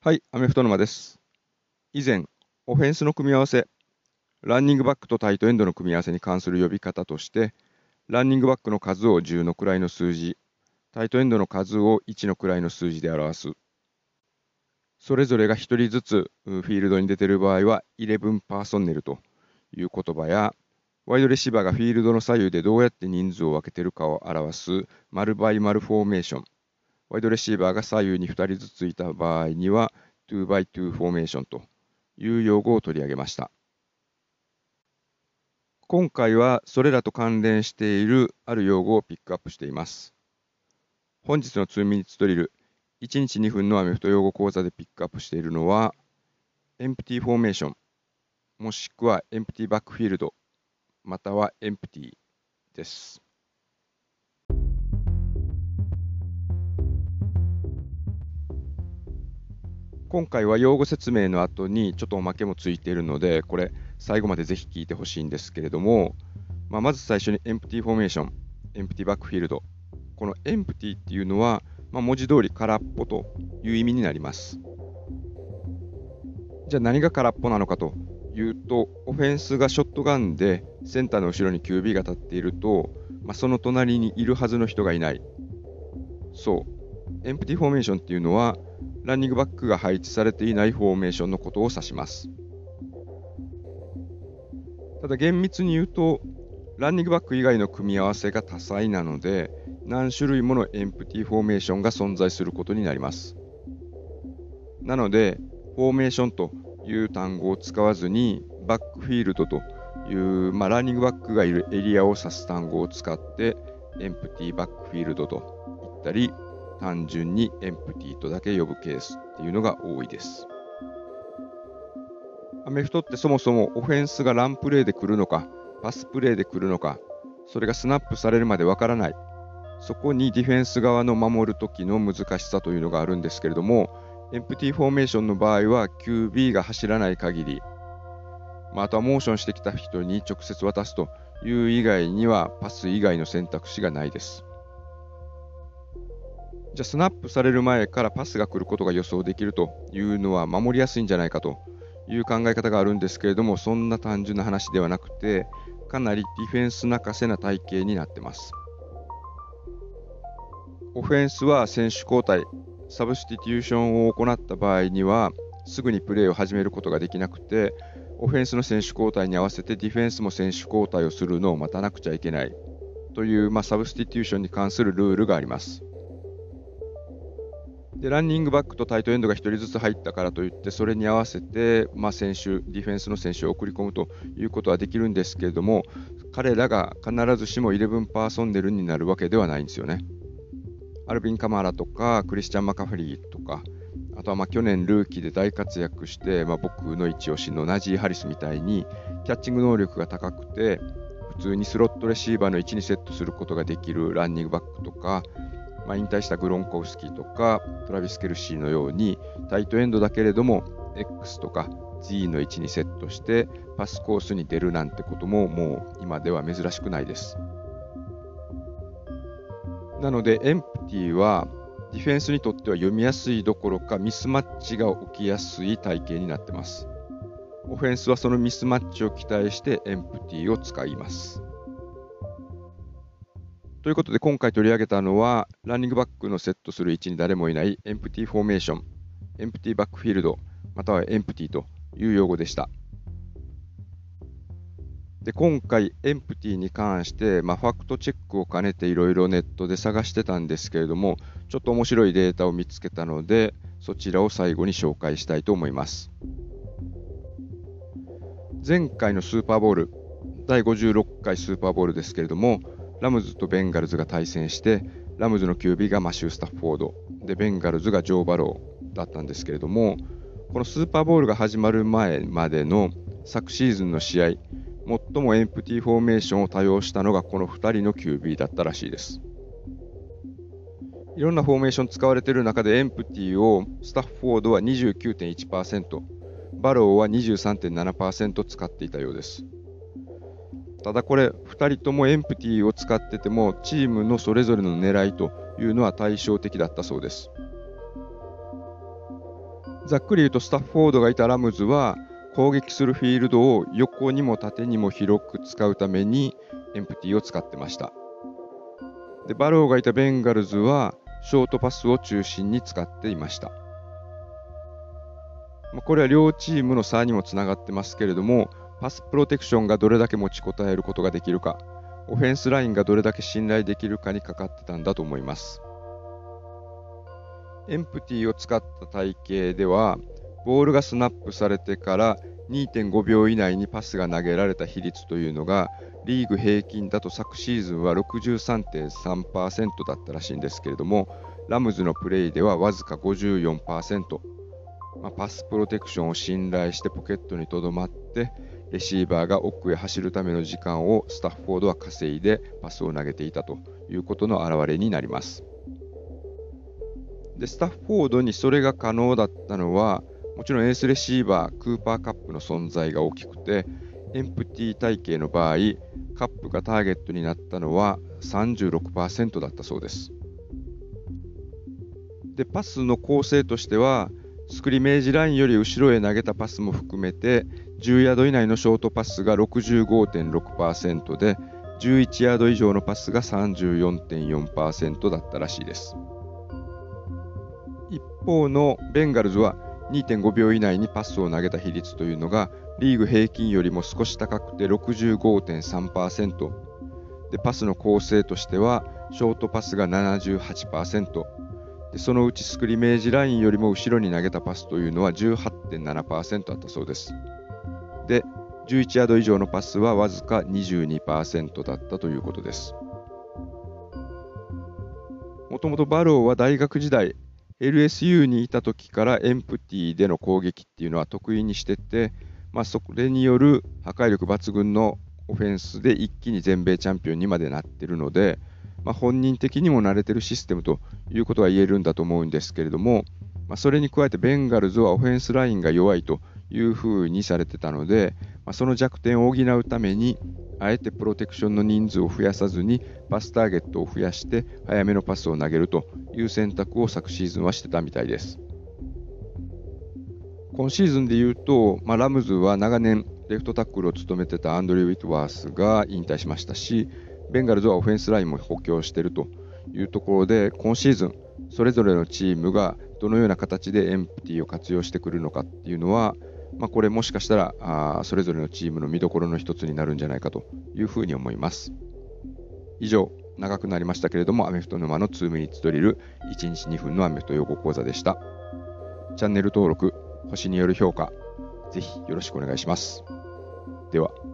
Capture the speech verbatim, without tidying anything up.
はい、アメフト沼です。以前、オフェンスの組み合わせ、ランニングバックとタイトエンドの組み合わせに関する呼び方として、ランニングバックの数をじゅうの位の数字、タイトエンドの数をいちの位の数字で表す。それぞれがひとりずつフィールドに出ている場合は、じゅういちパーソンネルという言葉や、ワイドレシーバーがフィールドの左右でどうやって人数を分けているかを表す丸バイ丸フォーメーション。ワイドレシーバーが左右にふたりずついた場合には、にバイにフォーメーションという用語を取り上げました。今回はそれらと関連しているある用語をピックアップしています。本日のにミニッツドリル、いちにちにふんのアメフト用語講座でピックアップしているのは、エンプティフォーメーション、もしくはエンプティバックフィールド、またはエンプティです。今回は用語説明の後にちょっとおまけもついているので、これ最後までぜひ聞いてほしいんですけれども、まあ、まず最初にエンプティフォーメーション、エンプティバックフィールド。このエンプティっていうのは、まあ、文字通り空っぽという意味になります。じゃあ何が空っぽなのかというと、オフェンスがショットガンでセンターの後ろに キュービー が立っていると、まあ、その隣にいるはずの人がいない。そう。エンプティフォーメーションっていうのは、ランニングバックが配置されていないフォーメーションのことを指します。ただ厳密に言うと、ランニングバック以外の組み合わせが多彩なので、何種類ものエンプティフォーメーションが存在することになります。なので、フォーメーションという単語を使わずに、バックフィールドという、まあ、ランニングバックがいるエリアを指す単語を使って、エンプティバックフィールドと言ったり、単純にエンプティとだけ呼ぶケースっていうのが多いです。アメフトってそもそもオフェンスがランプレーで来るのか、パスプレーで来るのか、それがスナップされるまでわからない。そこにディフェンス側の守る時の難しさというのがあるんですけれども、エンプティフォーメーションの場合は キュービー が走らない限り、まあ、あとはモーションしてきた人に直接渡すという以外にはパス以外の選択肢がないです。じゃあスナップされる前からパスが来ることが予想できるというのは守りやすいんじゃないかという考え方があるんですけれども、そんな単純な話ではなくて、かなりディフェンス泣かせな体型になってます。オフェンスは選手交代、サブスティテューションを行った場合には、すぐにプレーを始めることができなくて、オフェンスの選手交代に合わせてディフェンスも選手交代をするのを待たなくちゃいけないという、まあ、サブスティテューションに関するルールがあります。で、ランニングバックとタイトエンドがひとりずつ入ったからといって、それに合わせて、まあ、選手、ディフェンスの選手を送り込むということはできるんですけれども、彼らが必ずしもじゅういちパーソンネルになるわけではないんですよね。アルビン・カマラとか、クリスチャン・マカフリーとか、あとはまあ去年ルーキーで大活躍して、まあ、僕の一押しのナジー・ハリスみたいに、キャッチング能力が高くて、普通にスロットレシーバーの位置にセットすることができるランニングバックとか、まあ、引退したグロンコフスキーとかトラビス・ケルシーのようにタイトエンドだけれども X とか Z の位置にセットしてパスコースに出るなんてことももう今では珍しくないです。なのでエンプティはディフェンスにとっては読みやすいどころかミスマッチが起きやすい体系になってます。オフェンスはそのミスマッチを期待してエンプティを使います。ということで今回取り上げたのはランニングバックのセットする位置に誰もいないエンプティフォーメーション、エンプティバックフィールド、またはエンプティという用語でした。で今回エンプティに関して、まあ、ファクトチェックを兼ねていろいろネットで探してたんですけれども、ちょっと面白いデータを見つけたので、そちらを最後に紹介したいと思います。前回のスーパーボウル、だいごじゅうろっかいスーパーボウルですけれども、ラムズとベンガルズが対戦して、ラムズの キュービー がマシュー・スタッフォード、でベンガルズがジョー・バローだったんですけれども、このスーパーボウルが始まる前までの昨シーズンの試合、最もエンプティフォーメーションを多用したのがこのふたりの キュービー だったらしいです。いろんなフォーメーション使われている中でエンプティをスタッフォードは にじゅうきゅうてんいちパーセント、バローは にじゅうさんてんななパーセント 使っていたようです。ただこれふたりともエンプティを使っててもチームのそれぞれの狙いというのは対照的だったそうです。 ざっくり言うとスタッフォードがいたラムズは攻撃するフィールドを横にも縦にも広く使うためにエンプティを使ってました。で、バローがいたベンガルズはショートパスを中心に使っていました。これは両チームの差にもつながってますけれども、パスプロテクションがどれだけ持ちこたえることができるか、オフェンスラインがどれだけ信頼できるかにかかってたんだと思います。エンプティを使った体系では、ボールがスナップされてから にてんごびょう以内にパスが投げられた比率というのが、リーグ平均だと昨シーズンは ろくじゅうさんてんさんパーセント だったらしいんですけれども、ラムズのプレイではわずか ごじゅうよんパーセント。まあ、パスプロテクションを信頼してポケットにとどまって、レシーバーが奥へ走るための時間をスタッフォードは稼いでパスを投げていたということの表れになります。で、スタッフォードにそれが可能だったのは、もちろんエースレシーバー、クーパーカップの存在が大きくて、エンプティ体系の場合、カップがターゲットになったのは さんじゅうろくパーセント だったそうです。で、パスの構成としては、スクリメージラインより後ろへ投げたパスも含めて、じゅうヤード以内のショートパスが ろくじゅうごてんろくパーセント で、じゅういちヤード以上のパスが さんじゅうよんてんよんパーセント だったらしいです。一方のベンガルズは にてんごびょう以内にパスを投げた比率というのがリーグ平均よりも少し高くて ろくじゅうごてんさんパーセント で、パスの構成としてはショートパスが ななじゅうはちパーセント で、そのうちスクリメージラインよりも後ろに投げたパスというのは じゅうはちてんななパーセント だったそうです。で、じゅういちヤード以上のパスはわずか にじゅうにパーセント だったということです。もともとバローは大学時代エルエスユー にいた時からエンプティでの攻撃っていうのは得意にしてて、まあ、それによる破壊力抜群のオフェンスで一気に全米チャンピオンにまでなっているので、まあ、本人的にも慣れてるシステムということは言えるんだと思うんですけれども、まあ、それに加えてベンガルズはオフェンスラインが弱いというふうにされてたので、まあ、その弱点を補うためにあえてプロテクションの人数を増やさずにパスターゲットを増やして早めのパスを投げるという選択を昨シーズンはしてたみたいです。今シーズンでいうと、まあ、ラムズは長年レフトタックルを務めてたアンドリュー・ウィットワースが引退しましたし、ベンガルズはオフェンスラインも補強しているというところで、今シーズンそれぞれのチームがどのような形でエンプティを活用してくるのかっていうのは、まあ、これもしかしたらあそれぞれのチームの見どころの一つになるんじゃないかというふうに思います。以上、長くなりましたけれども、アメフト沼のにミニッツドリルいちにちにふんのアメフト用語講座でした。チャンネル登録、星による評価、ぜひよろしくお願いします。では。